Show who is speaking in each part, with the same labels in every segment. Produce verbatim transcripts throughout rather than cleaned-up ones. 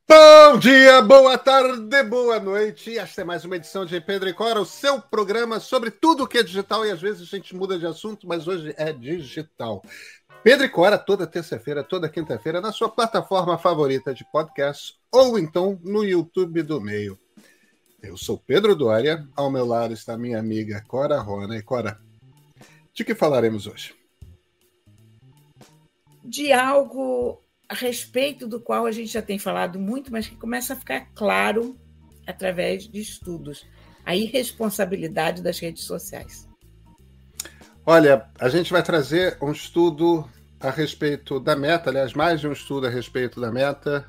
Speaker 1: Bom dia, boa tarde, boa noite. Esta é mais uma edição de Pedro e Cora, o seu programa sobre tudo que é digital, e às vezes a gente muda de assunto, mas hoje é digital. Pedro e Cora, toda terça-feira, toda quinta-feira, na sua plataforma favorita de podcast, ou então no YouTube do Meio. Eu sou Pedro Dória, ao meu lado está minha amiga Cora Rona. E Cora, de que falaremos hoje?
Speaker 2: De algo a respeito do qual a gente já tem falado muito, mas que começa a ficar claro através de estudos. A irresponsabilidade das redes sociais.
Speaker 1: Olha, a gente vai trazer um estudo a respeito da Meta, aliás, mais de um estudo a respeito da Meta.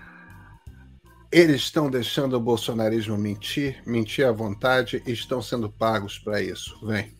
Speaker 1: Eles estão deixando o bolsonarismo mentir, mentir à vontade, e estão sendo pagos para isso. Vem.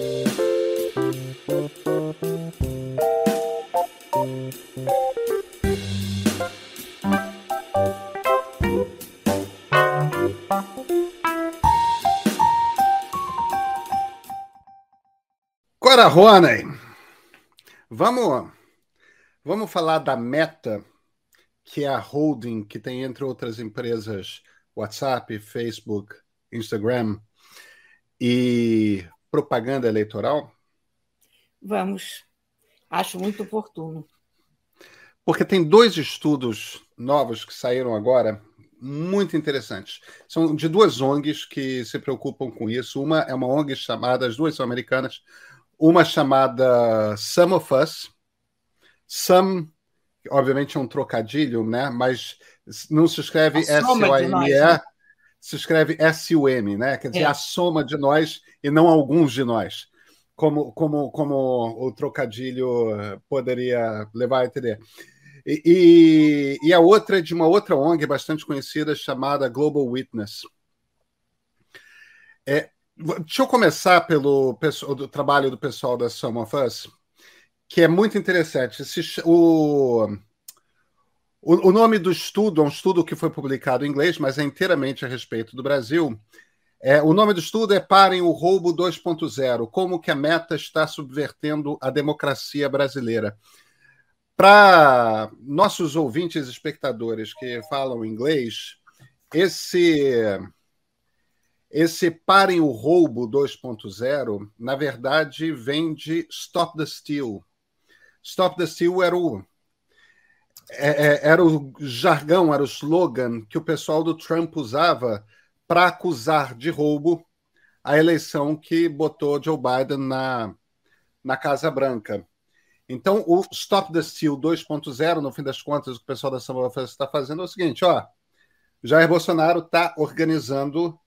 Speaker 1: Cora Roney, vamos, vamos falar da Meta, que é a holding que tem, entre outras empresas, WhatsApp, Facebook, Instagram e propaganda eleitoral?
Speaker 2: Vamos. Acho muito oportuno.
Speaker 1: Porque tem dois estudos novos que saíram agora, muito interessantes. São de duas O N Gs que se preocupam com isso. Uma é uma O N G chamada, as duas são americanas, uma chamada Some of Us. Some, obviamente, é um trocadilho, né? Mas não se escreve S O M E, né? Se escreve S U M, né? Quer dizer, é. A soma de nós e não alguns de nós. Como, como, como o trocadilho poderia levar a entender. E, e, e a outra é de uma outra O N G bastante conhecida chamada Global Witness. É, deixa eu começar pelo do trabalho do pessoal da Some of Us, que é muito interessante. Esse, o, o, o nome do estudo é um estudo que foi publicado em inglês, mas é inteiramente a respeito do Brasil. É, o nome do estudo é Parem o Roubo dois ponto zero, como que a Meta está subvertendo a democracia brasileira. Para nossos ouvintes e espectadores que falam inglês, esse, esse Parem o Roubo dois ponto zero, na verdade, vem de Stop the Steal. Stop the Steal era o, era o jargão, era o slogan que o pessoal do Trump usava para acusar de roubo a eleição que botou Joe Biden na, na Casa Branca. Então, o Stop the Steal dois ponto zero, no fim das contas, o que o pessoal da Some of Us está fazendo é o seguinte, ó, Jair Bolsonaro está organizando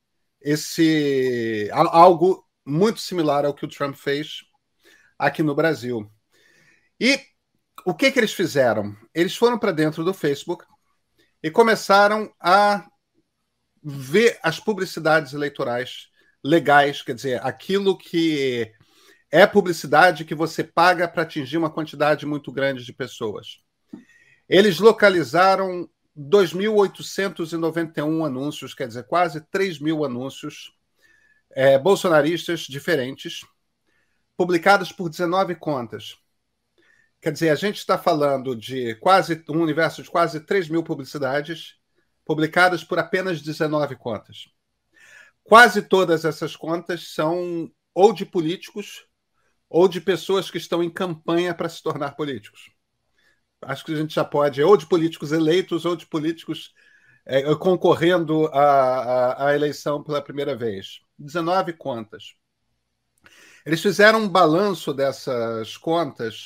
Speaker 1: esse algo muito similar ao que o Trump fez aqui no Brasil. E o que, que eles fizeram? Eles foram para dentro do Facebook e começaram a ver as publicidades eleitorais legais, quer dizer, aquilo que é publicidade que você paga para atingir uma quantidade muito grande de pessoas. Eles localizaram dois mil oitocentos e noventa e um anúncios, quer dizer, quase três mil anúncios é, bolsonaristas diferentes, publicados por dezenove contas. Quer dizer, a gente está falando de quase um universo de quase três mil publicidades publicadas por apenas dezenove contas. Quase todas essas contas são ou de políticos ou de pessoas que estão em campanha para se tornar políticos. Acho que a gente já pode, ou de políticos eleitos, ou de políticos é, concorrendo à, à, à eleição pela primeira vez. dezenove contas. Eles fizeram um balanço dessas contas.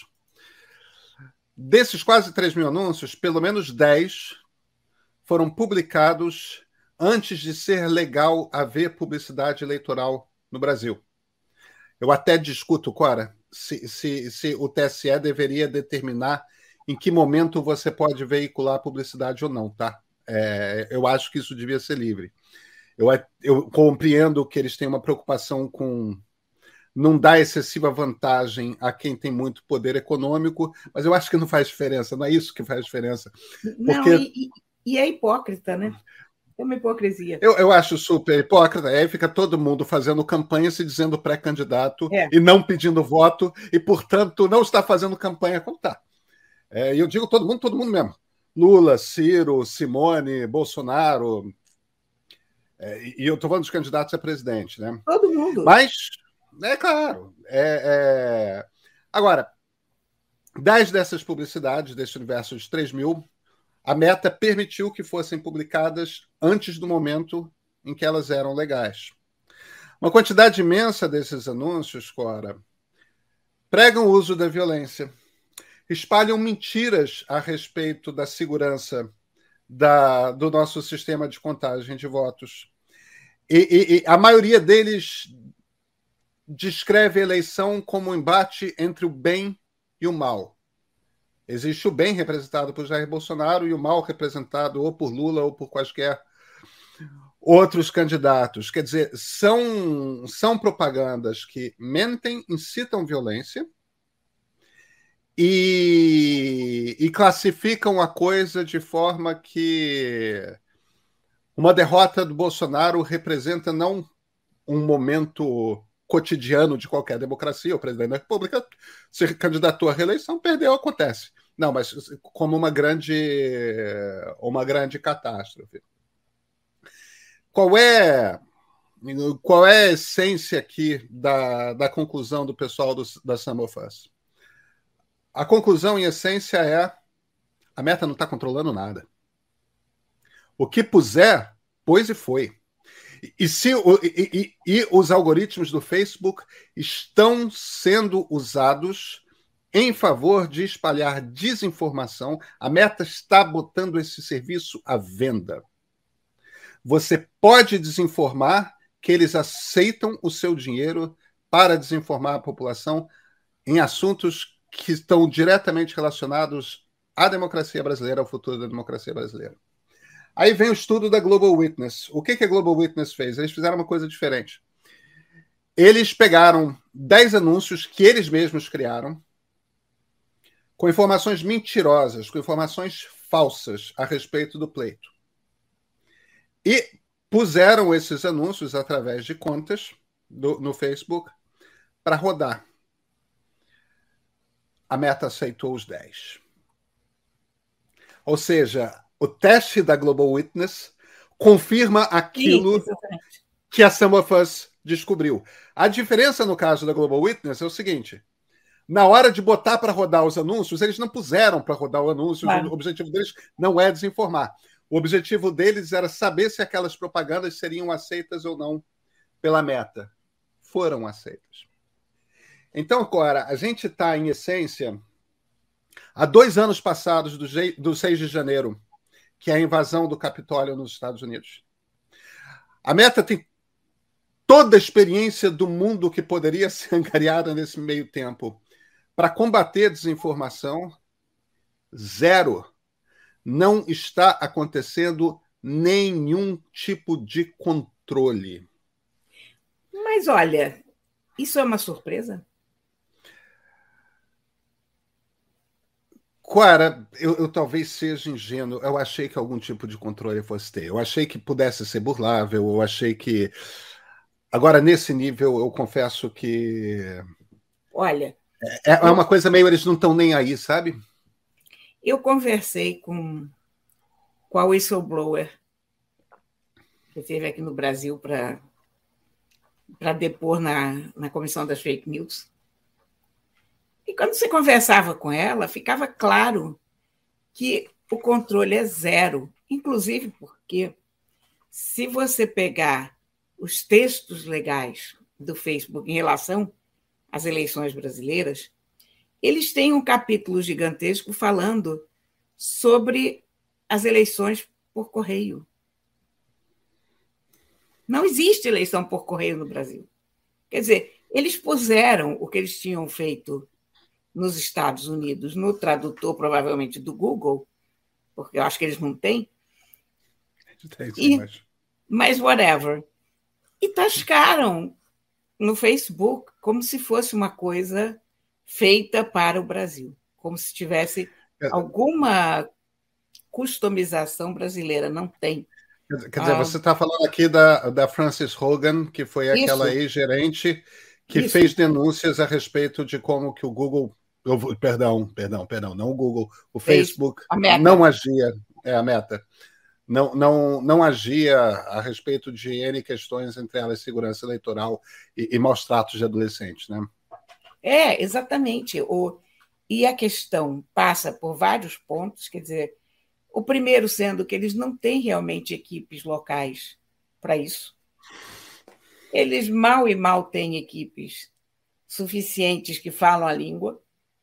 Speaker 1: Desses quase três mil anúncios, pelo menos dez foram publicados antes de ser legal haver publicidade eleitoral no Brasil. Eu até discuto, Cora, se, se, se o T S E deveria determinar em que momento você pode veicular publicidade ou não, tá? É, eu acho que isso devia ser livre. Eu, eu compreendo que eles têm uma preocupação com não dar excessiva vantagem a quem tem muito poder econômico, mas eu acho que não faz diferença, não é isso que faz diferença.
Speaker 2: Porque... Não, e, e é hipócrita, né? É uma hipocrisia.
Speaker 1: Eu, eu acho super hipócrita. Aí fica todo mundo fazendo campanha se dizendo pré-candidato é. e não pedindo voto, e, portanto, não está fazendo campanha como está. É, e eu digo todo mundo, todo mundo mesmo. Lula, Ciro, Simone, Bolsonaro. É, e eu estou falando dos candidatos a presidente, né?
Speaker 2: Todo mundo.
Speaker 1: Mas, é claro. É, é... Agora, dez dessas publicidades, desse universo de três mil, a Meta permitiu que fossem publicadas antes do momento em que elas eram legais. Uma quantidade imensa desses anúncios, Cora, pregam o uso da violência, espalham mentiras a respeito da segurança da, do nosso sistema de contagem de votos. E, e, e a maioria deles descreve a eleição como um embate entre o bem e o mal. Existe o bem representado por Jair Bolsonaro e o mal representado ou por Lula ou por quaisquer outros candidatos. Quer dizer, são, são propagandas que mentem, incitam violência e, e classificam a coisa de forma que uma derrota do Bolsonaro representa não um momento cotidiano de qualquer democracia. O presidente da República se candidatou à reeleição, perdeu, acontece. Não, mas como uma grande, uma grande catástrofe. Qual é, qual é a essência aqui da, da conclusão do pessoal do, da Sum of Us? A conclusão, em essência, é a Meta não está controlando nada. O que puser, pôs e foi. E, se, e, e, e os algoritmos do Facebook estão sendo usados em favor de espalhar desinformação. A Meta está botando esse serviço à venda. Você pode desinformar que eles aceitam o seu dinheiro para desinformar a população em assuntos que estão diretamente relacionados à democracia brasileira, ao futuro da democracia brasileira. Aí vem o estudo da Global Witness. O que, que a Global Witness fez? Eles fizeram uma coisa diferente. Eles pegaram dez anúncios que eles mesmos criaram, com informações mentirosas, com informações falsas a respeito do pleito. E puseram esses anúncios através de contas do, no Facebook para rodar. A Meta aceitou os dez. Ou seja, o teste da Global Witness confirma aquilo Sim, que a Sum of Us descobriu. A diferença no caso da Global Witness é o seguinte: na hora de botar para rodar os anúncios, eles não puseram para rodar o anúncio, claro. O objetivo deles não é desinformar. O objetivo deles era saber se aquelas propagandas seriam aceitas ou não pela Meta. Foram aceitas. Então, Cora, a gente está, em essência, há dois anos passados do, do seis de janeiro, que é a invasão do Capitólio nos Estados Unidos. A Meta tem toda a experiência do mundo que poderia ser angariada nesse meio tempo para combater a desinformação. Zero. Não está acontecendo nenhum tipo de controle.
Speaker 2: Mas, olha, isso é uma surpresa?
Speaker 1: Cara, eu, eu talvez seja ingênuo. Eu achei que algum tipo de controle fosse ter. Eu achei que pudesse ser burlável. Eu achei que... Agora, nesse nível, eu confesso que...
Speaker 2: Olha...
Speaker 1: É, é uma coisa meio... Eles não estão nem aí, sabe?
Speaker 2: Eu conversei com, com a whistleblower que esteve aqui no Brasil para para depor na, na Comissão das Fake News. E quando você conversava com ela, ficava claro que o controle é zero, inclusive porque se você pegar os textos legais do Facebook em relação às eleições brasileiras, eles têm um capítulo gigantesco falando sobre as eleições por correio. Não existe eleição por correio no Brasil. Quer dizer, eles puseram o que eles tinham feito nos Estados Unidos no tradutor, provavelmente, do Google, porque eu acho que eles não têm.
Speaker 1: Tem, sim,
Speaker 2: e, mas... mas whatever. E tascaram no Facebook como se fosse uma coisa feita para o Brasil, como se tivesse alguma customização brasileira. Não tem.
Speaker 1: Quer dizer, ah, você está falando aqui da, da Frances Hogan, que foi aquela
Speaker 2: isso,
Speaker 1: ex-gerente que
Speaker 2: isso.
Speaker 1: fez denúncias a respeito de como que o Google Eu, perdão, perdão, perdão, não o Google, o
Speaker 2: Facebook,
Speaker 1: Facebook não agia, é a Meta, não, não, não agia a respeito de N questões, entre elas segurança eleitoral e, e maus tratos de adolescentes, né?
Speaker 2: É, exatamente. O, e a questão passa por vários pontos, quer dizer, o primeiro sendo que eles não têm realmente equipes locais para isso. Eles mal e mal têm equipes suficientes que falam a língua.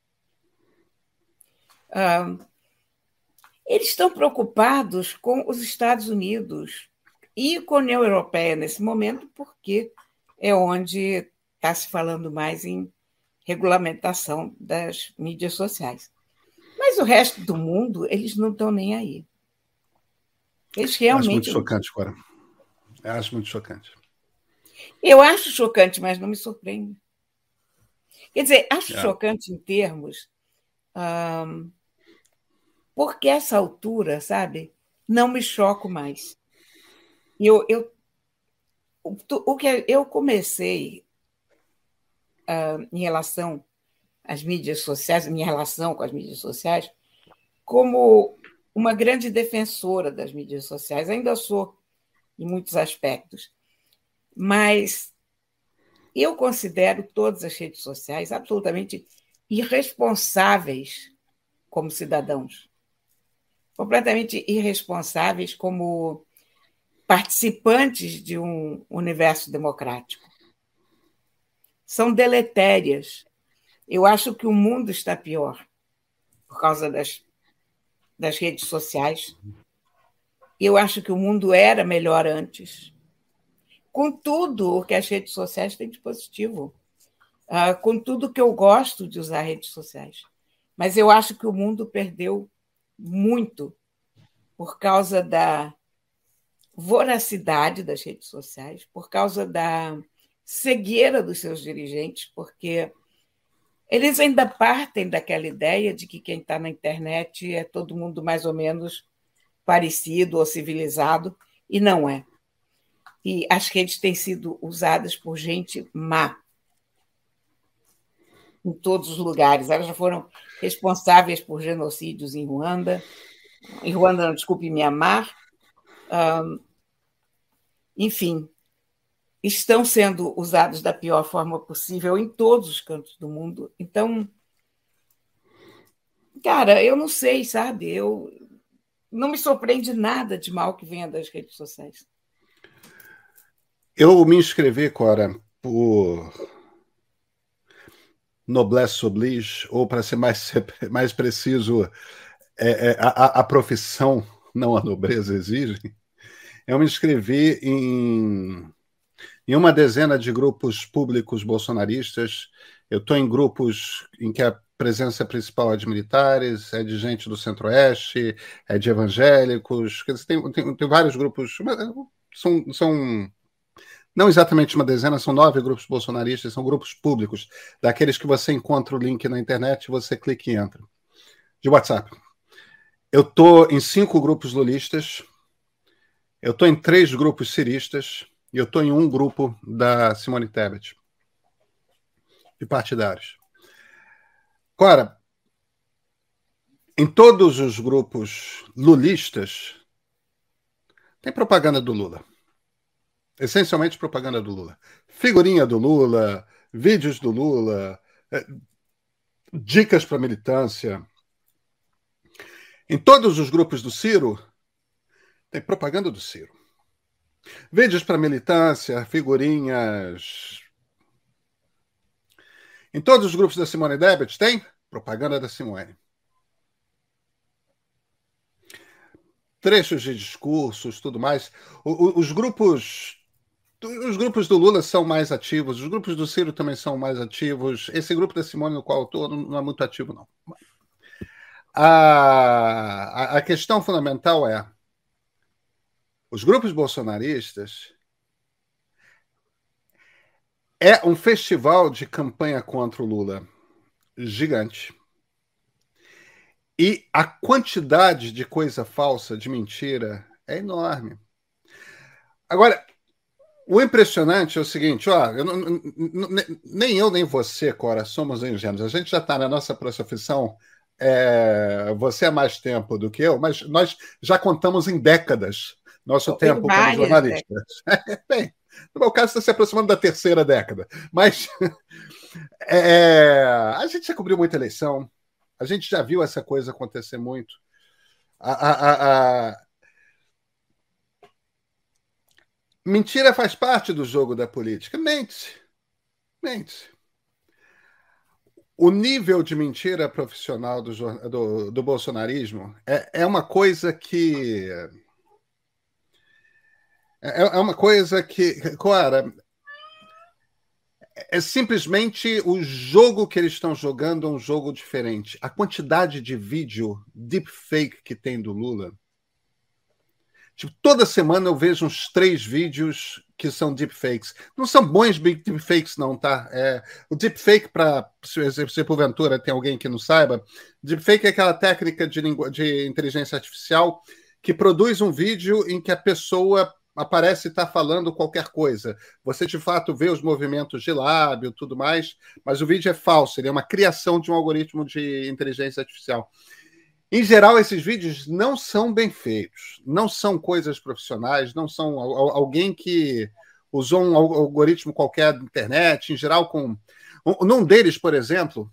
Speaker 2: Ah, eles estão preocupados com os Estados Unidos e com a União Europeia nesse momento, porque é onde está se falando mais em regulamentação das mídias sociais. Mas o resto do mundo, eles não estão nem aí. Eles realmente.
Speaker 1: Eu acho muito chocante, Cora. Eu acho muito chocante.
Speaker 2: Eu acho chocante, mas não me surpreende. Quer dizer, acho é. chocante em termos. Hum, porque essa altura, sabe, não me choco mais. Eu, eu, o, o que eu comecei uh, em relação às mídias sociais, minha relação com as mídias sociais, como uma grande defensora das mídias sociais. Ainda sou, em muitos aspectos, mas eu considero todas as redes sociais absolutamente irresponsáveis como cidadãos, completamente irresponsáveis como participantes de um universo democrático. São deletérias. Eu acho que o mundo está pior por causa das, das redes sociais. Eu acho que o mundo era melhor antes, com tudo o que as redes sociais têm de positivo, com tudo que eu gosto de usar redes sociais. Mas eu acho que o mundo perdeu muito por causa da voracidade das redes sociais, por causa da cegueira dos seus dirigentes, porque eles ainda partem daquela ideia de que quem está na internet é todo mundo mais ou menos parecido ou civilizado, e não é. E as redes têm sido usadas por gente má em todos os lugares. Elas já foram responsáveis por genocídios em Ruanda, em Ruanda, não, desculpe, em Mianmar. Um, enfim, estão sendo usados da pior forma possível em todos os cantos do mundo. Então, cara, eu não sei, sabe? Eu não me surpreende nada de mal que venha das redes sociais.
Speaker 1: Eu me inscrevi, Cora, por noblesse oblige, ou para ser mais, mais preciso, é, é, a, a profissão, não a nobreza, exige. Eu me inscrevi em, em uma dezena de grupos públicos bolsonaristas. Eu estou em grupos em que a presença principal é de militares, é de gente do Centro-Oeste, é de evangélicos. Quer dizer, tem, tem, tem vários grupos. São, são não exatamente uma dezena, são nove grupos bolsonaristas, são grupos públicos, daqueles que você encontra o link na internet, você clica e entra. De WhatsApp. Eu estou em cinco grupos lulistas, eu estou em três grupos ciristas e eu estou em um grupo da Simone Tebet, de partidários. Agora, em todos os grupos lulistas, tem propaganda do Lula. Essencialmente propaganda do Lula. Figurinha do Lula, vídeos do Lula, é, dicas para militância. Em todos os grupos do Ciro, tem propaganda do Ciro. Vídeos para militância, figurinhas. Em todos os grupos da Simone Tebet, tem propaganda da Simone. Trechos de discursos, tudo mais. O, o, os grupos... Os grupos do Lula são mais ativos, os grupos do Ciro também são mais ativos. Esse grupo da Simone, no qual eu estou, não é muito ativo, não. A, a, a questão fundamental é: os grupos bolsonaristas é um festival de campanha contra o Lula gigante. E a quantidade de coisa falsa, de mentira, é enorme. Agora, O impressionante é o seguinte, ó, eu não, não, nem eu nem você, Cora, somos ingênuos. A gente já está na nossa profissão, é, você há mais tempo do que eu, mas nós já contamos em décadas nosso
Speaker 2: Em
Speaker 1: tempo como
Speaker 2: várias
Speaker 1: jornalistas. Bem, no meu caso, está se aproximando da terceira década. Mas é, a gente já cobriu muita eleição, a gente já viu essa coisa acontecer muito. A, a, a, Mentira faz parte do jogo da política. Mente, mente. O nível de mentira profissional do, do, do bolsonarismo é, é uma coisa que. É, é uma coisa que. Cara, é simplesmente o jogo que eles estão jogando é um jogo diferente. A quantidade de vídeo deepfake que tem do Lula. Tipo, toda semana eu vejo uns três vídeos que são deepfakes. Não são bons deepfakes, não, tá? É, o deepfake, para se, se porventura tem alguém que não saiba, deepfake é aquela técnica de, de inteligência artificial que produz um vídeo em que a pessoa aparece e está falando qualquer coisa. Você, de fato, vê os movimentos de lábio e tudo mais, mas o vídeo é falso, ele é uma criação de um algoritmo de inteligência artificial. Em geral, esses vídeos não são bem feitos, não são coisas profissionais, não são alguém que usou um algoritmo qualquer da internet, em geral com... Um deles, por exemplo,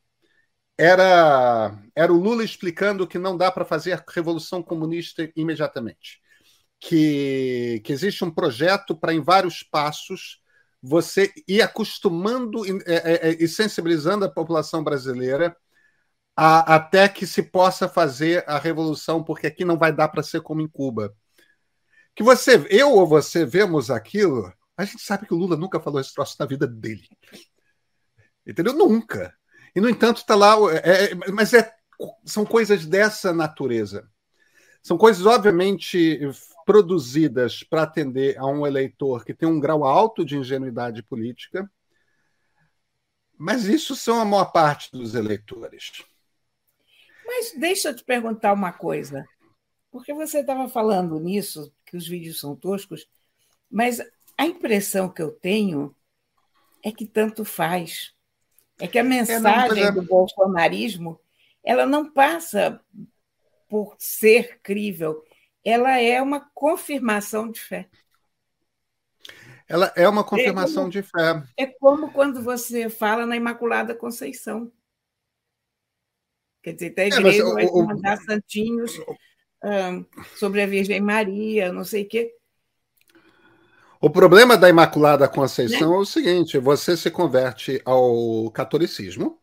Speaker 1: era, era o Lula explicando que não dá para fazer a revolução comunista imediatamente, que, que existe um projeto para, em vários passos, você ir acostumando e, e, e sensibilizando a população brasileira A, até que se possa fazer a revolução, porque aqui não vai dar para ser como em Cuba. Que você, eu ou você vemos aquilo, a gente sabe que o Lula nunca falou esse troço na vida dele. Entendeu? Nunca. E, no entanto, está lá... É, é, mas é, são coisas dessa natureza. São coisas, obviamente, produzidas para atender a um eleitor que tem um grau alto de ingenuidade política, mas isso são a maior parte dos eleitores.
Speaker 2: Mas deixa eu te perguntar uma coisa, porque você estava falando nisso, que os vídeos são toscos, mas a impressão que eu tenho é que tanto faz. É que a mensagem é, não, é... do bolsonarismo ela não passa por ser crível, ela é uma confirmação de fé.
Speaker 1: Ela é uma confirmação
Speaker 2: é como,
Speaker 1: de fé.
Speaker 2: É como quando você fala na Imaculada Conceição. Quer dizer, a igreja é, vai o, mandar o, santinhos um, sobre a Virgem Maria, não sei o quê.
Speaker 1: O problema da Imaculada Conceição, né, é o seguinte: você se converte ao catolicismo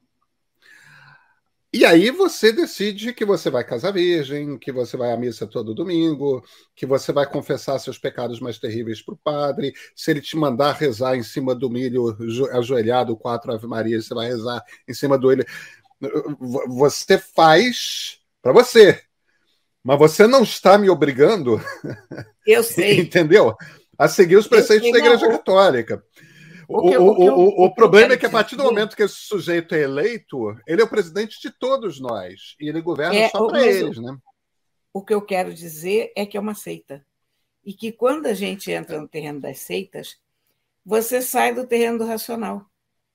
Speaker 1: e aí você decide que você vai casar virgem, que você vai à missa todo domingo, que você vai confessar seus pecados mais terríveis para o padre. Se ele te mandar rezar em cima do milho ajoelhado, quatro Ave Maria, você vai rezar em cima do milho. Você faz para você, mas você não está me obrigando,
Speaker 2: eu sei,
Speaker 1: entendeu? A seguir os preceitos da Igreja não, Católica. O, o, que, o, o, o, o problema é que a partir do momento que esse sujeito é eleito, ele é o presidente de todos nós e ele governa é, só para eles,
Speaker 2: o,
Speaker 1: né?
Speaker 2: O que eu quero dizer é que é uma seita e que quando a gente entra no terreno das seitas, você sai do terreno do racional.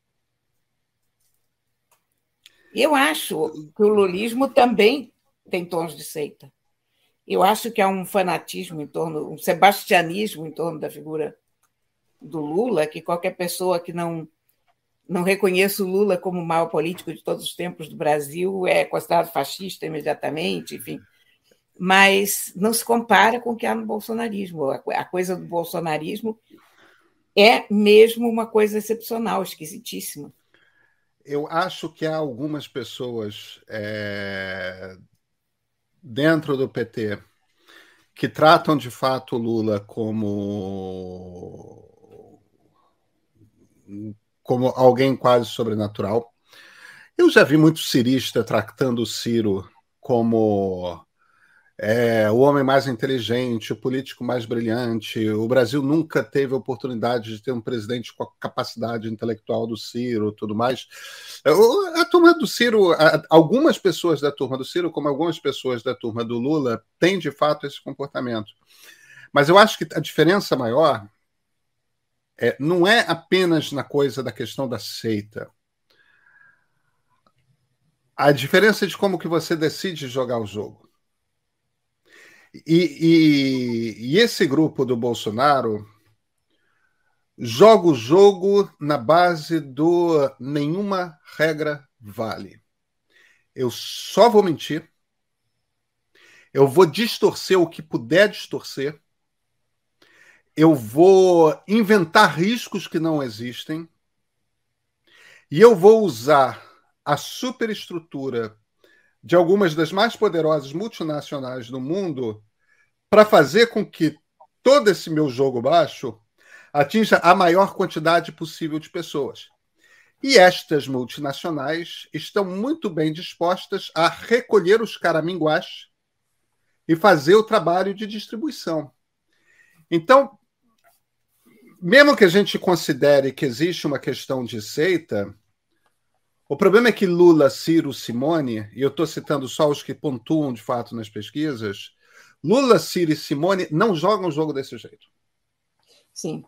Speaker 2: Eu acho que o lulismo também tem tons de seita. Eu acho que há um fanatismo em torno, um sebastianismo em torno da figura do Lula, que qualquer pessoa que não, não reconheça o Lula como o maior político de todos os tempos do Brasil é considerado fascista imediatamente, enfim. Mas não se compara com o que há no bolsonarismo. A coisa do bolsonarismo é mesmo uma coisa excepcional, esquisitíssima.
Speaker 1: Eu acho que há algumas pessoas é, dentro do P T que tratam de fato o Lula como, como alguém quase sobrenatural. Eu já vi muito cirista tratando o Ciro como é, o homem mais inteligente, o político mais brilhante. O Brasil nunca teve a oportunidade de ter um presidente com a capacidade intelectual do Ciro, tudo mais. A turma do Ciro, algumas pessoas da turma do Ciro, como algumas pessoas da turma do Lula, têm de fato esse comportamento. Mas eu acho que a diferença maior é, não é apenas na coisa da questão da seita. A diferença é de como que você decide jogar o jogo. E, e, e esse grupo do Bolsonaro joga o jogo na base do nenhuma regra vale. Eu só vou mentir, eu vou distorcer o que puder distorcer, eu vou inventar riscos que não existem e eu vou usar a superestrutura de algumas das mais poderosas multinacionais do mundo para fazer com que todo esse meu jogo baixo atinja a maior quantidade possível de pessoas. E estas multinacionais estão muito bem dispostas a recolher os caraminguás e fazer o trabalho de distribuição. Então, mesmo que a gente considere que existe uma questão de seita, o problema é que Lula, Ciro, Simone, e eu estou citando só os que pontuam de fato nas pesquisas, Lula, Ciro e Simone não jogam o jogo desse jeito.
Speaker 2: Sim.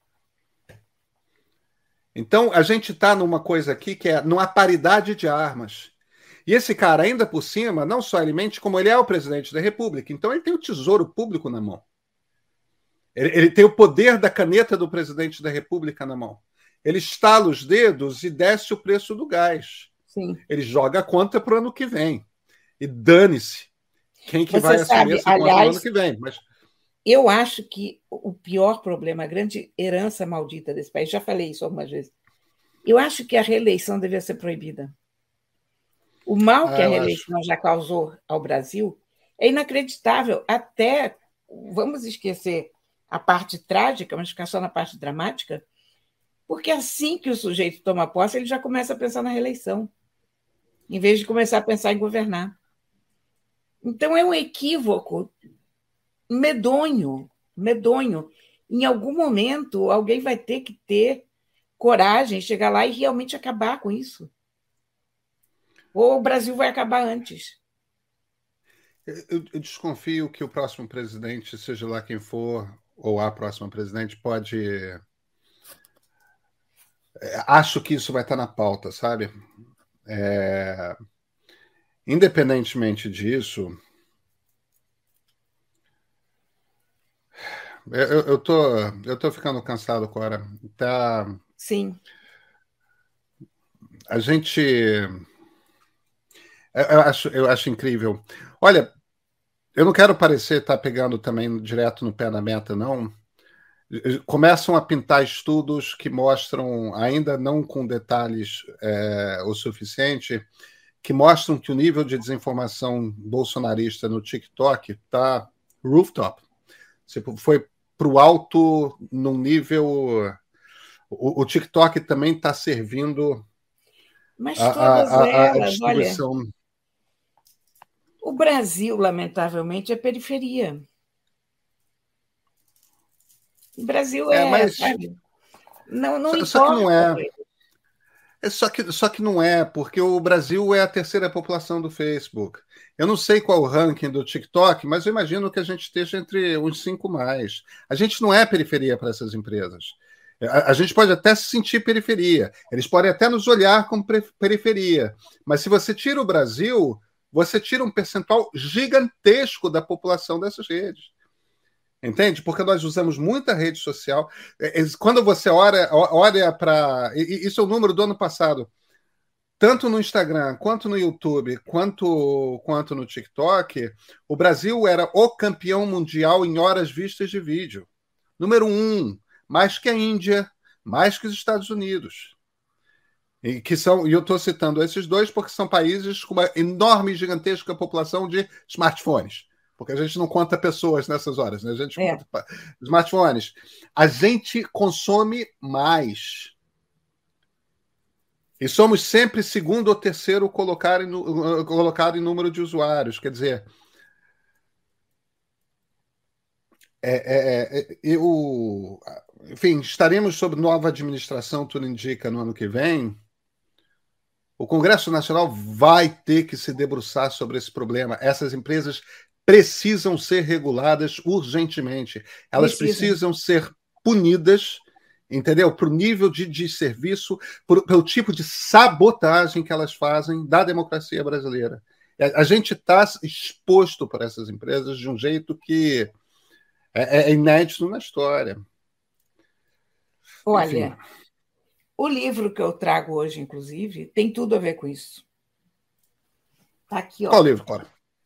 Speaker 1: Então, a gente está numa coisa aqui que é numa paridade de armas. E esse cara, ainda por cima, não só ele mente, como ele é o presidente da República. Então, ele tem o tesouro público na mão. Ele, ele tem o poder da caneta do presidente da República na mão. Ele estala os dedos e desce o preço do gás.
Speaker 2: Sim.
Speaker 1: Ele joga a conta para o ano que vem. E dane-se quem que
Speaker 2: Você
Speaker 1: vai
Speaker 2: sabe,
Speaker 1: assumir essa conta
Speaker 2: aliás,
Speaker 1: no ano que vem. Mas...
Speaker 2: eu acho que o pior problema, a grande herança maldita desse país, já falei isso algumas vezes, eu acho que a reeleição devia ser proibida. O mal
Speaker 1: ah,
Speaker 2: que a reeleição
Speaker 1: acho.
Speaker 2: já causou ao Brasil é inacreditável. Até, vamos esquecer a parte trágica, mas ficar só na parte dramática, porque assim que o sujeito toma posse, ele já começa a pensar na reeleição, em vez de começar a pensar em governar. Então é um equívoco medonho, medonho. Em algum momento, alguém vai ter que ter coragem, chegar lá e realmente acabar com isso. Ou o Brasil vai acabar antes.
Speaker 1: Eu, eu desconfio que o próximo presidente, seja lá quem for, ou a próxima presidente, pode... Acho que isso vai estar na pauta, sabe? É... Independentemente disso, eu, eu, tô, eu tô ficando cansado, Cora. Tá...
Speaker 2: Sim.
Speaker 1: A gente... Eu acho, eu acho incrível. Olha, eu não quero parecer estar pegando também direto no pé da meta, não. Começam a pintar estudos que mostram, ainda não com detalhes é, o suficiente, que mostram que o nível de desinformação bolsonarista no TikTok está rooftop. Foi para o alto num nível... O, o TikTok também está servindo
Speaker 2: Mas
Speaker 1: a,
Speaker 2: todas
Speaker 1: a, a, a
Speaker 2: elas,
Speaker 1: distribuição...
Speaker 2: olha, o Brasil, lamentavelmente, é periferia. O Brasil é,
Speaker 1: É, mas...
Speaker 2: sabe, não, não
Speaker 1: Só, só que
Speaker 2: importa.
Speaker 1: não é... É só que, só que não é, porque o Brasil é a terceira população do Facebook. Eu não sei qual o ranking do TikTok, mas eu imagino que a gente esteja entre os cinco mais. A gente não é periferia para essas empresas. A, a gente pode até se sentir periferia. Eles podem até nos olhar como periferia. Mas se você tira o Brasil, você tira um percentual gigantesco da população dessas redes. Entende? Porque nós usamos muita rede social. Quando você olha, olha para... Isso é o número do ano passado. Tanto no Instagram, quanto no YouTube, quanto, quanto no TikTok, o Brasil era o campeão mundial em horas vistas de vídeo. Número um, mais que a Índia, mais que os Estados Unidos. E que são, e eu estou citando esses dois porque são países com uma enorme e gigantesca população de smartphones. Porque a gente não conta pessoas nessas horas, né? A gente
Speaker 2: É.
Speaker 1: conta smartphones. A gente consome mais. E somos sempre segundo ou terceiro colocado em, colocado em número de usuários. Quer dizer, é, é, é, eu, enfim, estaremos sob nova administração, tudo indica, no ano que vem. O Congresso Nacional vai ter que se debruçar sobre esse problema. Essas empresas precisam ser reguladas urgentemente. Elas
Speaker 2: Precisa.
Speaker 1: precisam ser punidas entendeu? Para o nível de, de serviço, por, pelo tipo de sabotagem que elas fazem da democracia brasileira. A, a gente está exposto por essas empresas de um jeito que é, é inédito na história.
Speaker 2: Olha, enfim. O livro que eu trago hoje, inclusive, tem tudo a ver com isso. Está aqui, ó.
Speaker 1: Qual livro, Clara?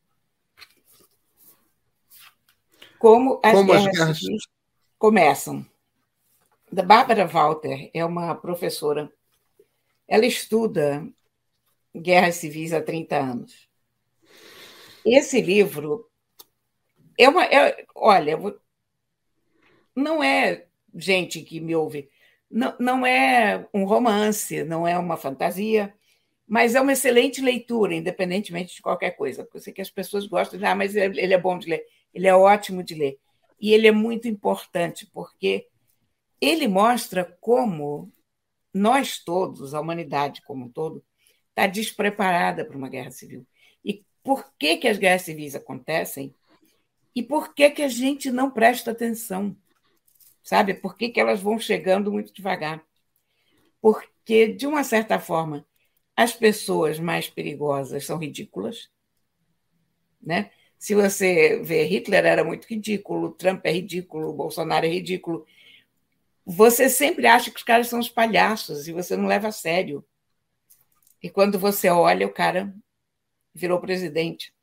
Speaker 2: Como as Como guerras, as guerras civis começam. Da Bárbara Walter é uma professora. Ela estuda guerras civis há trinta anos. Esse livro é uma. É, olha, não é gente que me ouve, não, não é um romance, não é uma fantasia, mas é uma excelente leitura, independentemente de qualquer coisa. Porque eu sei que as pessoas gostam de, ah, mas ele é bom de ler, ele é ótimo de ler. E ele é muito importante, porque ele mostra como nós todos, a humanidade como um todo, está despreparada para uma guerra civil. E por que, que as guerras civis acontecem e por que, que a gente não presta atenção, sabe? Por que, que elas vão chegando muito devagar? Porque, de uma certa forma, as pessoas mais perigosas são ridículas, né? Se você vê, Hitler era muito ridículo, Trump é ridículo, Bolsonaro é ridículo. Você sempre acha que os caras são os palhaços e você não leva a sério. E quando você olha, o cara virou presidente.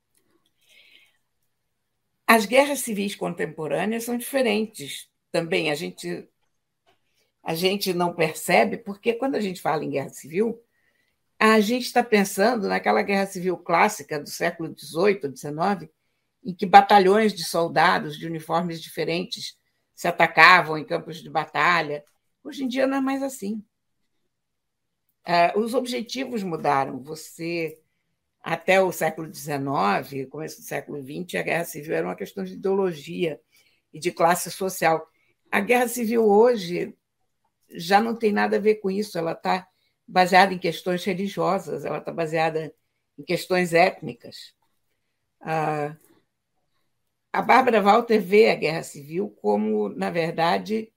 Speaker 2: As guerras civis contemporâneas são diferentes também. A gente, a gente não percebe, porque quando a gente fala em guerra civil, a gente está pensando naquela guerra civil clássica do século dezoito, dezenove, em que batalhões de soldados de uniformes diferentes se atacavam em campos de batalha. Hoje em dia não é mais assim. Os objetivos mudaram. Você, até o século dezenove, começo do século vinte, a guerra civil era uma questão de ideologia e de classe social. A guerra civil hoje já não tem nada a ver com isso. Ela está baseada em questões religiosas, ela está baseada em questões étnicas. A Bárbara Walter vê a guerra civil como, na verdade,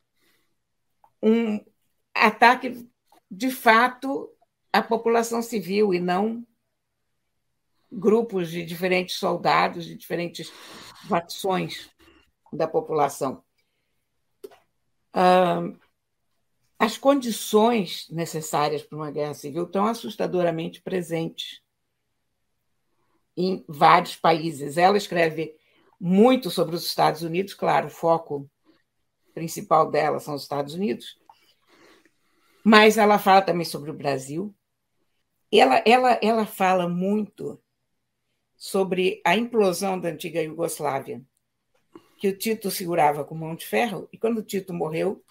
Speaker 2: um ataque, de fato, à população civil e não grupos de diferentes soldados, de diferentes facções da população. As condições necessárias para uma guerra civil estão assustadoramente presentes em vários países. Ela escreve muito sobre os Estados Unidos, claro, o foco principal dela são os Estados Unidos, mas ela fala também sobre o Brasil. Ela, ela, ela fala muito sobre a implosão da antiga Iugoslávia, que o Tito segurava com mão de ferro, e quando o Tito morreu,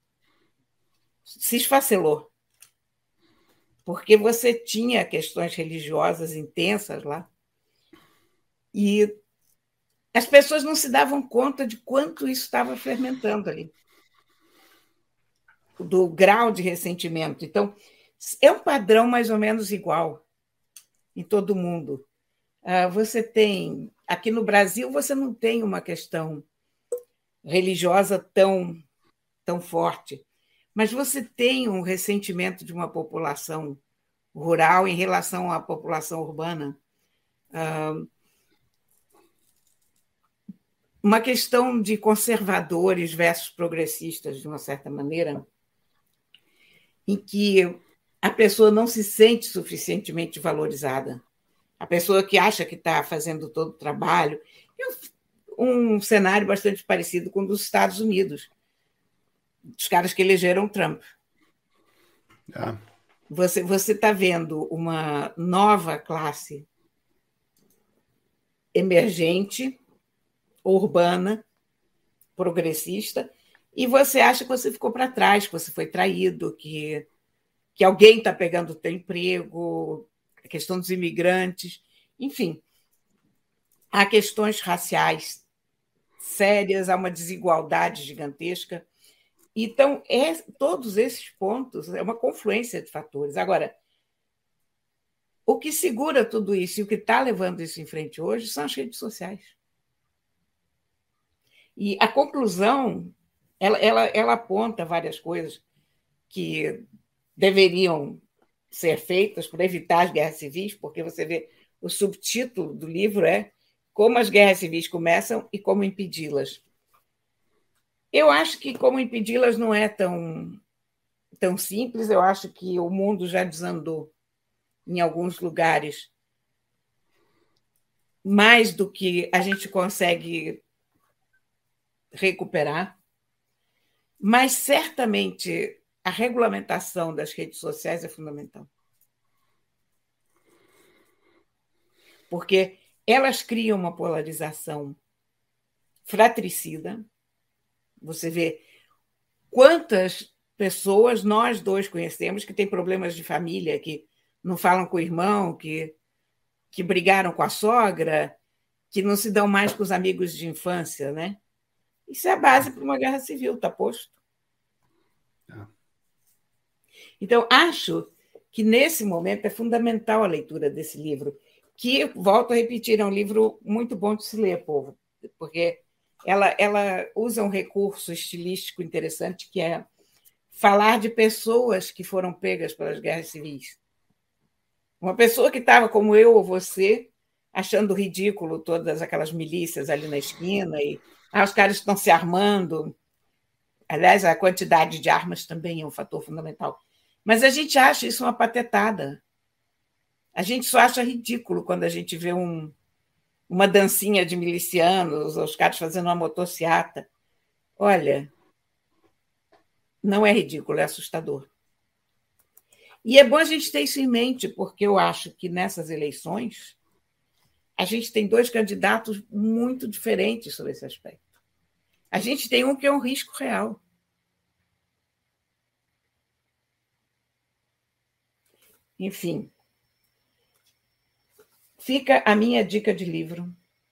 Speaker 2: se esfacelou, porque você tinha questões religiosas intensas lá, e as pessoas não se davam conta de quanto isso estava fermentando ali, do grau de ressentimento. Então, é um padrão mais ou menos igual em todo mundo. Você tem, aqui no Brasil, você não tem uma questão religiosa tão, tão forte, mas você tem um ressentimento de uma população rural em relação à população urbana. Uma questão de conservadores versus progressistas, de uma certa maneira, em que a pessoa não se sente suficientemente valorizada. A pessoa que acha que está fazendo todo o trabalho. Um cenário bastante parecido com o dos Estados Unidos, dos caras que elegeram Trump.
Speaker 1: Ah.
Speaker 2: Você você está vendo uma nova classe emergente, urbana, progressista, e você acha que você ficou para trás, que você foi traído, que, que alguém está pegando o teu emprego, a questão dos imigrantes, enfim. Há questões raciais sérias, há uma desigualdade gigantesca. Então, é, todos esses pontos é uma confluência de fatores. Agora, o que segura tudo isso e o que está levando isso em frente hoje são as redes sociais. E a conclusão ela, ela, ela aponta várias coisas que deveriam ser feitas para evitar as guerras civis, porque você vê, o subtítulo do livro é Como as Guerras Civis Começam e Como Impedi-las. Eu acho que como impedi-las não é tão, tão simples, eu acho que o mundo já desandou em alguns lugares mais do que a gente consegue recuperar, mas certamente a regulamentação das redes sociais é fundamental. Porque elas criam uma polarização fratricida. Você vê quantas pessoas nós dois conhecemos que têm problemas de família, que não falam com o irmão, que, que brigaram com a sogra, que não se dão mais com os amigos de infância, né? Isso é a base para uma guerra civil, está posto. Então, acho que, nesse momento, é fundamental a leitura desse livro, que, volto a repetir, é um livro muito bom de se ler, povo, porque ela, ela usa um recurso estilístico interessante, que é falar de pessoas que foram pegas pelas guerras civis. Uma pessoa que estava, como eu ou você, achando ridículo todas aquelas milícias ali na esquina, e ah, os caras estão se armando. Aliás, a quantidade de armas também é um fator fundamental. Mas a gente acha isso uma patetada. A gente só acha ridículo quando a gente vê um, uma dancinha de milicianos, os caras fazendo uma motociata. Olha, não é ridículo, é assustador. E é bom a gente ter isso em mente, porque eu acho que nessas eleições a gente tem dois candidatos muito diferentes sobre esse aspecto. A gente tem um que é um risco real. Enfim, fica a minha dica de livro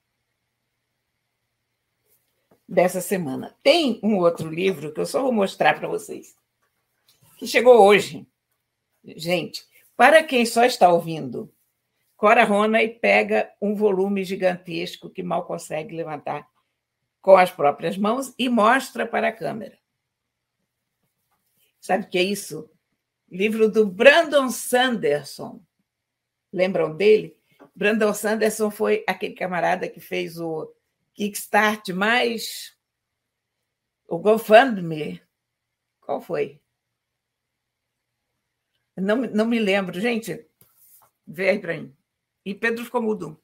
Speaker 2: dessa semana. Tem um outro livro que eu só vou mostrar para vocês, que chegou hoje. Gente, para quem só está ouvindo, Cora Ronay pega um volume gigantesco que mal consegue levantar com as próprias mãos e mostra para a câmera. Sabe o que é isso? Livro do Brandon Sanderson. Lembram dele? Brandon Sanderson foi aquele camarada que fez o Kickstart mais o GoFundMe. Qual foi? Não, não me lembro. Gente, vê aí para mim. E Pedro ficou mudo.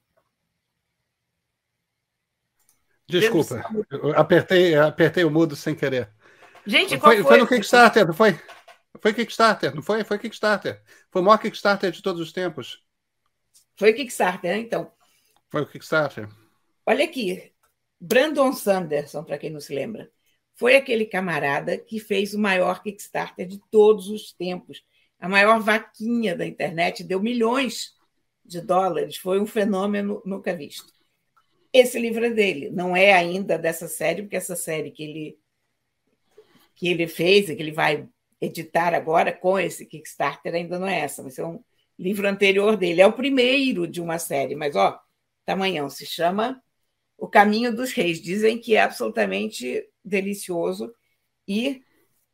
Speaker 1: Desculpa, eu apertei, apertei o mudo sem querer.
Speaker 2: Gente, qual
Speaker 1: foi?
Speaker 2: Foi,
Speaker 1: foi no Kickstarter, não foi? Foi Kickstarter, não foi? Foi Kickstarter. Foi o maior Kickstarter de todos os tempos.
Speaker 2: Foi Kickstarter, então.
Speaker 1: Foi o Kickstarter.
Speaker 2: Olha aqui, Brandon Sanderson, para quem não se lembra, foi aquele camarada que fez o maior Kickstarter de todos os tempos. A maior vaquinha da internet, deu milhões de dólares, foi um fenômeno nunca visto. Esse livro é dele, não é ainda dessa série, porque essa série que ele, que ele fez e que ele vai editar agora com esse Kickstarter ainda não é essa, vai ser um livro anterior dele. É o primeiro de uma série, mas, ó, tamanhão, se chama O Caminho dos Reis. Dizem que é absolutamente delicioso e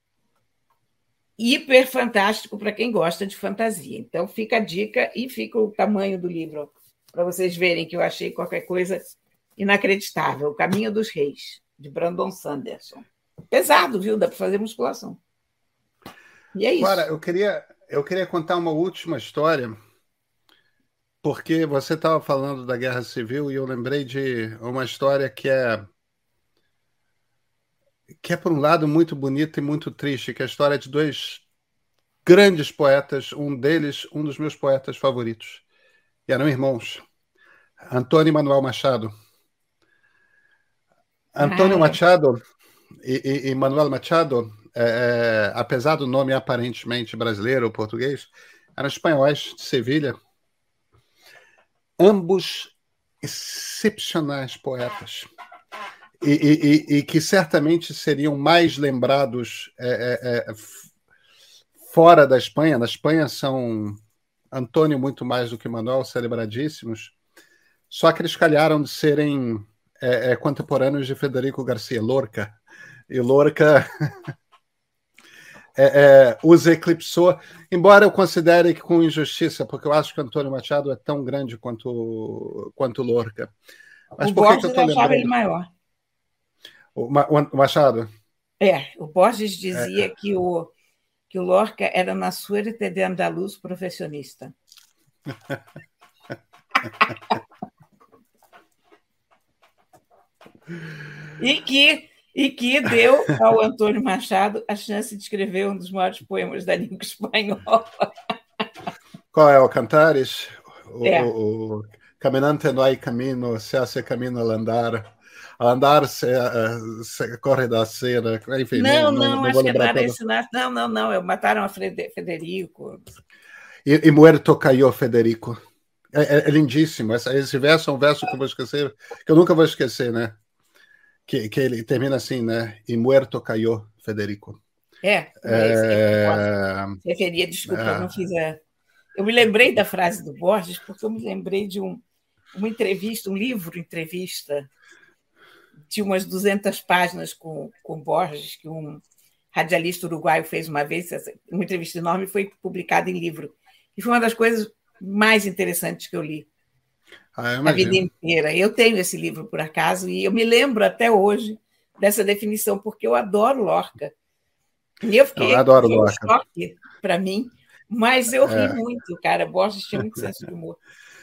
Speaker 2: hiper fantástico para quem gosta de fantasia. Então, fica a dica e fica o tamanho do livro para vocês verem que eu achei qualquer coisa inacreditável. O Caminho dos Reis, de Brandon Sanderson. Pesado, viu? Dá para fazer musculação. E é isso.
Speaker 1: Agora, eu queria, eu queria contar uma última história, porque você estava falando da Guerra Civil e eu lembrei de uma história que é que é, por um lado, muito bonita e muito triste, que é a história de dois grandes poetas, um deles, um dos meus poetas favoritos. E eram irmãos, Antônio e Manuel Machado. Antônio ah, Machado e, e, e Manuel Machado, é, é, apesar do nome aparentemente brasileiro ou português, eram espanhóis de Sevilha. Ambos excepcionais poetas. E, e, e que certamente seriam mais lembrados é, é, fora da Espanha. Na Espanha são Antônio muito mais do que Manuel, celebradíssimos, só que eles calharam de serem é, é, contemporâneos de Federico Garcia Lorca, E Lorca é, é, os eclipsou, embora eu considere que com injustiça, porque eu acho que Antônio Machado é tão grande quanto, quanto Lorca. Mas
Speaker 2: o
Speaker 1: por que, que eu
Speaker 2: Borges
Speaker 1: estou
Speaker 2: achava ele
Speaker 1: lembrando?
Speaker 2: maior.
Speaker 1: O, o Machado?
Speaker 2: É, o Borges dizia
Speaker 1: É.
Speaker 2: que, o, que o Lorca era uma suerte de andaluz profissionista. E que, e que deu ao Antônio Machado a chance de escrever um dos maiores poemas da língua espanhola.
Speaker 1: Qual é o Cantares? O,
Speaker 2: É.
Speaker 1: o, o Caminante no hay camino, se hace camino al andar. Al andar se, se corre da cera. Enfim,
Speaker 2: não,
Speaker 1: não, não,
Speaker 2: não,
Speaker 1: não
Speaker 2: acho
Speaker 1: vou
Speaker 2: que
Speaker 1: lembrar
Speaker 2: nada
Speaker 1: todo.
Speaker 2: esse. Não, não, não. Eu mataram a Federico.
Speaker 1: E, e Muerto caiu Federico. É, é, é lindíssimo. Esse, esse verso é um verso que eu vou esquecer, que eu nunca vou esquecer, né? Que, que ele termina assim, né? E Muerto caiu Federico.
Speaker 2: É, é esse aí que o Borges se referia. Desculpa, é, eu não fiz a. Eu me lembrei da frase do Borges porque eu me lembrei de um, uma entrevista, um livro entrevista de umas duzentas páginas com, com Borges, que um radialista uruguaio fez uma vez, uma entrevista enorme, foi publicada em livro. E foi uma das coisas mais interessantes que eu li
Speaker 1: ah,
Speaker 2: a vida inteira. Eu tenho esse livro, por acaso, e eu me lembro até hoje dessa definição, porque eu adoro Lorca. E eu fiquei,
Speaker 1: eu adoro
Speaker 2: foi
Speaker 1: Lorca.
Speaker 2: um choque para mim, mas eu ri é. muito, cara. Borges tinha muito senso de humor.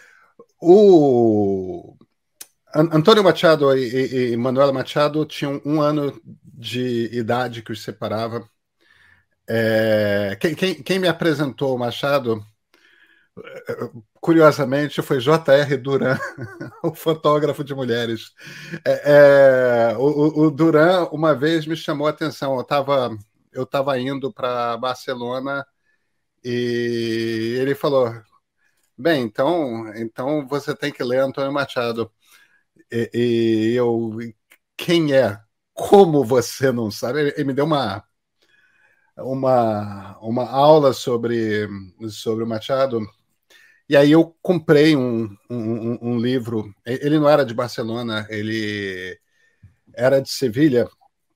Speaker 1: O Antônio Machado e, e Manuela Machado tinham um ano de idade que os separava. É, quem, quem, quem me apresentou o Machado, curiosamente, foi J R Duran, o fotógrafo de mulheres. É, é, o, o Duran, uma vez, me chamou a atenção. Eu estava eu tava indo para Barcelona e ele falou: bem, então, então você tem que ler Antônio Machado. E, e eu, quem é? Como você não sabe? Ele, ele me deu uma, uma, uma aula sobre, sobre o Machado. E aí eu comprei um, um, um livro. Ele não era de Barcelona, ele era de Sevilha,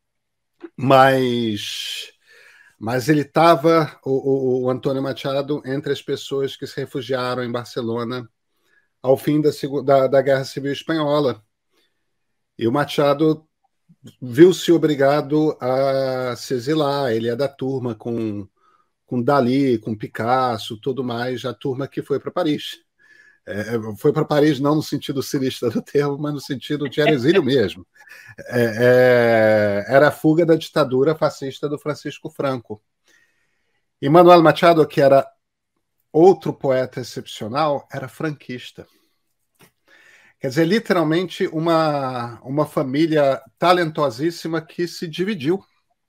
Speaker 1: mas, mas ele estava, o, o Antônio Machado, entre as pessoas que se refugiaram em Barcelona ao fim da, da, da Guerra Civil Espanhola. E o Machado viu-se obrigado a se exilar. Ele é da turma com, com Dalí, com Picasso, tudo mais, a turma que foi para Paris. É, foi para Paris não no sentido cirista do termo, mas no sentido de era exílio mesmo. É, é, era a fuga da ditadura fascista do Francisco Franco. E Manuel Machado, que era outro poeta excepcional, era franquista. Quer dizer, literalmente uma, uma família talentosíssima que se dividiu.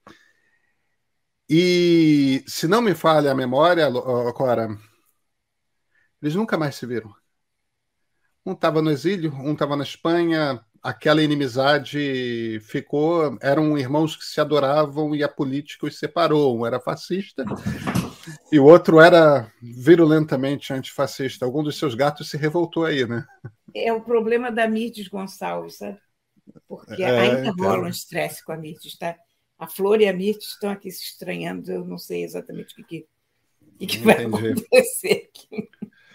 Speaker 1: E, se não me falha a memória, Cora, eles nunca mais se viram. Um estava no exílio, um estava na Espanha, aquela inimizade ficou, eram irmãos que se adoravam e a política os separou. Um era fascista e o outro era virulentamente antifascista. Algum dos seus gatos se revoltou aí, né?
Speaker 2: É o problema da Mirtes Gonçalves, sabe? Porque é, ainda rola um estresse com a Mirtes, tá? A Flor e a Mirtes estão aqui se estranhando, eu não sei exatamente o que, que, que vai acontecer aqui.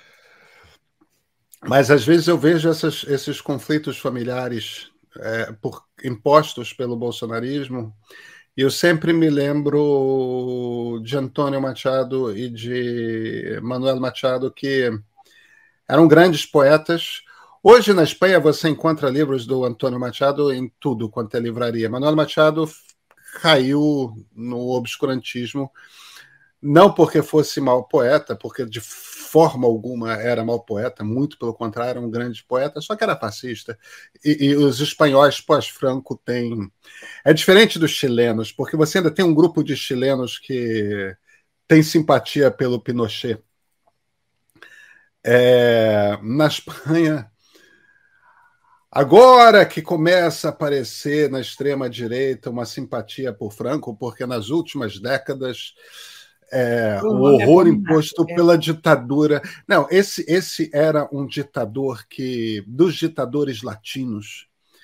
Speaker 1: Mas às vezes eu vejo essas, esses conflitos familiares é, por, impostos pelo bolsonarismo, e eu sempre me lembro de Antônio Machado e de Manuel Machado, que eram grandes poetas. Hoje, na Espanha, você encontra livros do Antônio Machado em tudo quanto é livraria. Manuel Machado caiu no obscurantismo, não porque fosse mau poeta, porque de forma alguma era mau poeta, muito pelo contrário, era um grande poeta, só que era fascista. E, e os espanhóis pós-Franco têm... É diferente dos chilenos, porque você ainda tem um grupo de chilenos que tem simpatia pelo Pinochet. É, na Espanha, agora que começa a aparecer na extrema-direita uma simpatia por Franco, porque nas últimas décadas é, o horror imposto pela ditadura... Não, esse, esse era um ditador que, dos ditadores latinos,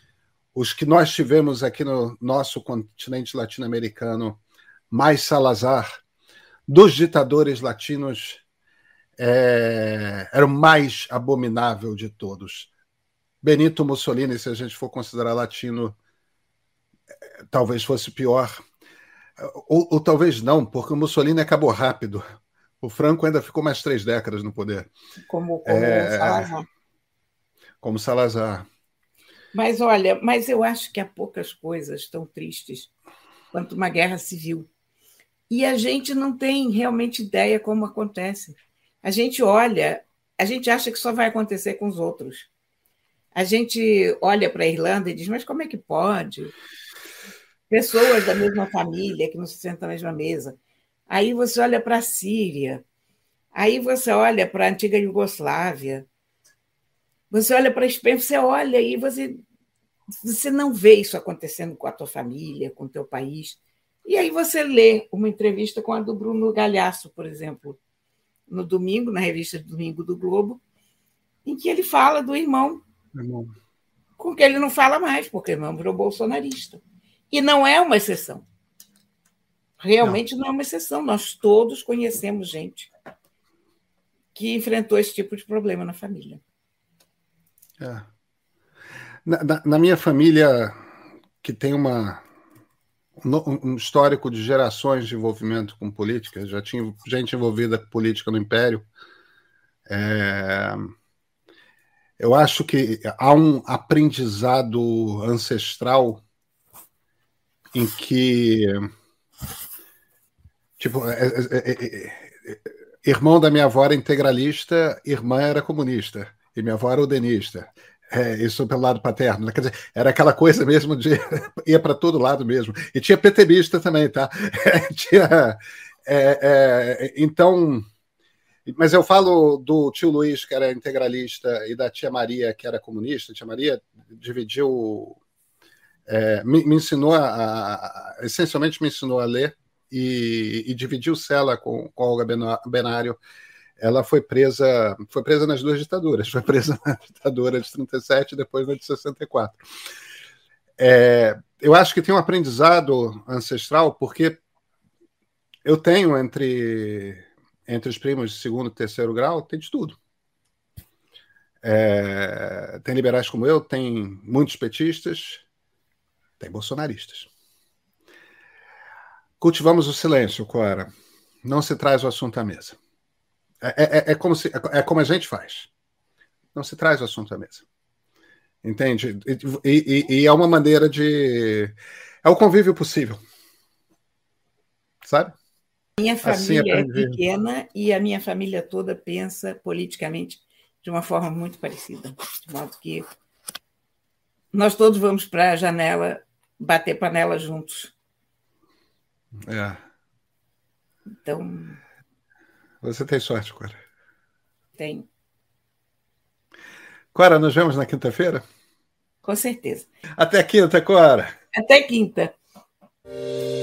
Speaker 1: os que nós tivemos aqui no nosso continente latino-americano, mais Salazar, dos ditadores latinos, é, era o mais abominável de todos. Benito Mussolini, se a gente for considerar latino, talvez fosse pior. Ou, ou talvez não, porque o Mussolini acabou rápido. O Franco ainda ficou mais três décadas no poder.
Speaker 2: Como, como é, Salazar.
Speaker 1: Como Salazar.
Speaker 2: Mas olha, mas eu acho que há poucas coisas tão tristes quanto uma guerra civil. E a gente não tem realmente ideia como acontece. A gente olha, a gente acha que só vai acontecer com os outros. A gente olha para a Irlanda e diz, mas como é que pode? Pessoas da mesma família que não se sentam na mesma mesa. Aí você olha para a Síria, aí você olha para a antiga Iugoslávia, você olha para a Espanha, você olha e você, você não vê isso acontecendo com a tua família, com o teu país. E aí você lê uma entrevista com a do Bruno Galhaço, por exemplo, no domingo, na revista Domingo do Globo, em que ele fala do irmão, irmão. com que ele não fala mais, porque o irmão virou bolsonarista. E não é uma exceção. Realmente não. não é uma exceção. Nós todos conhecemos gente que enfrentou esse tipo de problema na família.
Speaker 1: É. Na, na, na minha família, que tem uma, um, um histórico de gerações de envolvimento com política, já tinha gente envolvida com política no Império, é, eu acho que há um aprendizado ancestral em que, tipo, é, é, é, é, irmão da minha avó era integralista, irmã era comunista, e minha avó era udenista. É, isso pelo lado paterno. Quer dizer, era aquela coisa mesmo de ia para todo lado mesmo. E tinha PTBista também, tá? É, tinha, é, é, então, mas eu falo do tio Luiz, que era integralista, e da tia Maria, que era comunista. A tia Maria dividiu, é, me, me ensinou a, a, essencialmente me ensinou a ler e, e dividiu cela com, com a Olga Benário. Ela foi presa, foi presa nas duas ditaduras, foi presa na ditadura de trinta e sete e depois na de sessenta e quatro. É, eu acho que tem um aprendizado ancestral, porque eu tenho entre, entre os primos de segundo e terceiro grau, tem de tudo. É, tem liberais como eu, tem muitos petistas, tem bolsonaristas. Cultivamos o silêncio, Cora. Não se traz o assunto à mesa. É, é, é, como se, é como a gente faz. Não se traz o assunto à mesa. Entende? E, e, e é uma maneira de... É o convívio possível. Sabe?
Speaker 2: Minha família assim, é pequena e a minha família toda pensa politicamente de uma forma muito parecida. De modo que nós todos vamos para a janela bater panela juntos.
Speaker 1: É.
Speaker 2: Então...
Speaker 1: Você tem sorte, Cora.
Speaker 2: Tenho.
Speaker 1: Cora, nos vemos na quinta-feira?
Speaker 2: Com certeza.
Speaker 1: Até quinta, Cora.
Speaker 2: Até quinta.